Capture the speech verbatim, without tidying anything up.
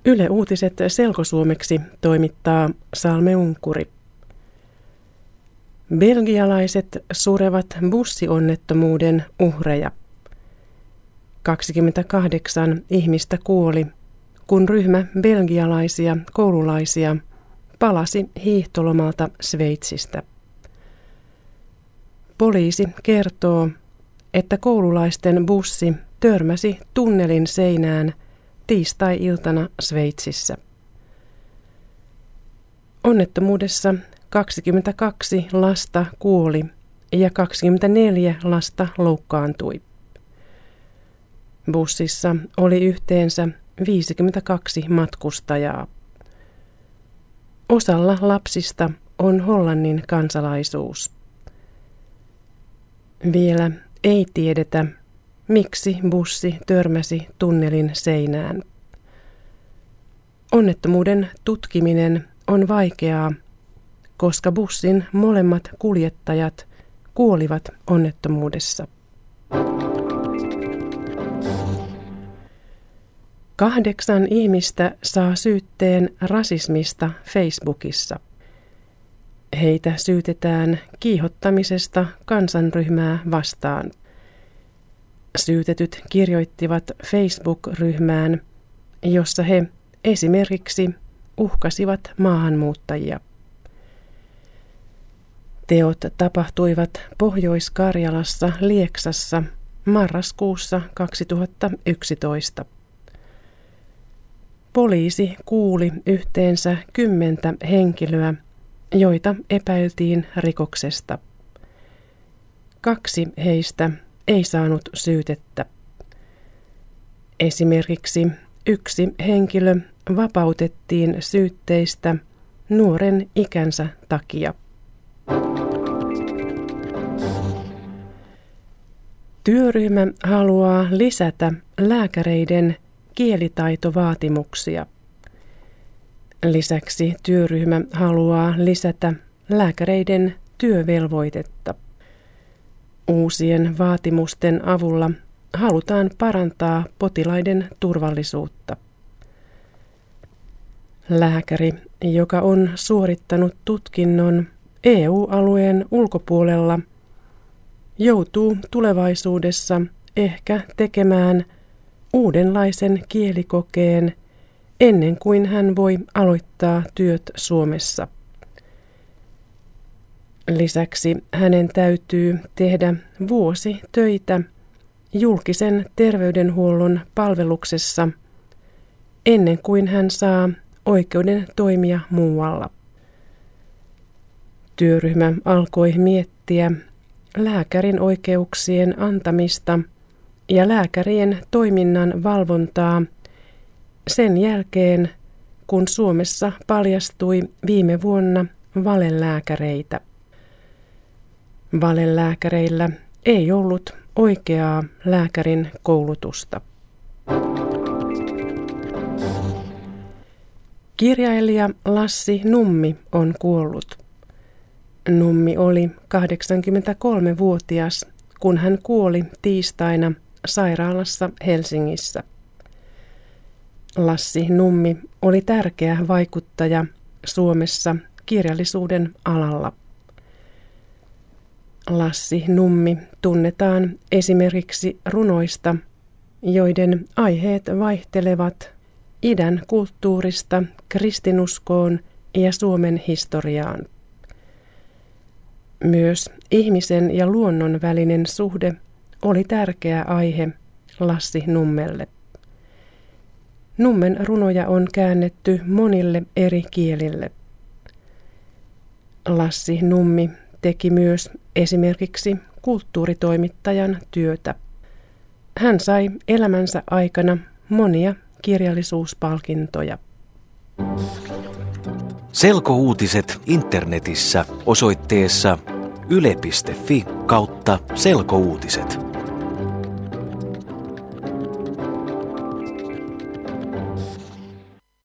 Yle Uutiset selkosuomeksi toimittaa Salme Unkuri. Belgialaiset surevat bussionnettomuuden uhreja. kaksikymmentäkahdeksan ihmistä kuoli, kun ryhmä belgialaisia koululaisia palasi hiihtolomalta Sveitsistä. Poliisi kertoo, että koululaisten bussi törmäsi tunnelin seinään tiistai-iltana Sveitsissä. Onnettomuudessa kaksikymmentäkaksi lasta kuoli ja kaksikymmentäneljä lasta loukkaantui. Bussissa oli yhteensä viisikymmentäkaksi matkustajaa. Osalla lapsista on Hollannin kansalaisuus. Vielä ei tiedetä, miksi bussi törmäsi tunnelin seinään. Onnettomuuden tutkiminen on vaikeaa, koska bussin molemmat kuljettajat kuolivat onnettomuudessa. Kahdeksan ihmistä saa syytteen rasismista Facebookissa. Heitä syytetään kiihottamisesta kansanryhmää vastaan. Syytetyt kirjoittivat Facebook-ryhmään, jossa he esimerkiksi uhkasivat maahanmuuttajia. Teot tapahtuivat Pohjois-Karjalassa Lieksassa marraskuussa kaksituhattayksitoista. Poliisi kuuli yhteensä kymmentä henkilöä, joita epäiltiin rikoksesta. Kaksi heistä ei saanut syytettä. Esimerkiksi yksi henkilö vapautettiin syytteistä nuoren ikänsä takia. Työryhmä haluaa lisätä lääkäreiden kielitaitovaatimuksia. Lisäksi työryhmä haluaa lisätä lääkäreiden työvelvoitetta. Uusien vaatimusten avulla halutaan parantaa potilaiden turvallisuutta. Lääkäri, joka on suorittanut tutkinnon E U-alueen ulkopuolella, joutuu tulevaisuudessa ehkä tekemään uudenlaisen kielikokeen ennen kuin hän voi aloittaa työt Suomessa. Lisäksi hänen täytyy tehdä vuosi töitä julkisen terveydenhuollon palveluksessa ennen kuin hän saa oikeuden toimia muualla. Työryhmä alkoi miettiä lääkärin oikeuksien antamista ja lääkärien toiminnan valvontaa sen jälkeen, kun Suomessa paljastui viime vuonna valelääkäreitä. Valelääkäreillä ei ollut oikeaa lääkärin koulutusta. Kirjailija Lassi Nummi on kuollut. Nummi oli kahdeksankymmentäkolmevuotias, kun hän kuoli tiistaina sairaalassa Helsingissä. Lassi Nummi oli tärkeä vaikuttaja Suomessa kirjallisuuden alalla. Lassi Nummi tunnetaan esimerkiksi runoista, joiden aiheet vaihtelevat idän kulttuurista kristinuskoon ja Suomen historiaan. Myös ihmisen ja luonnon välinen suhde oli tärkeä aihe Lassi Nummelle. Nummen runoja on käännetty monille eri kielille. Lassi Nummi teki myös esimerkiksi kulttuuritoimittajan työtä. Hän sai elämänsä aikana monia kirjallisuuspalkintoja. Selkouutiset internetissä osoitteessa yle piste fi kautta selkouutiset.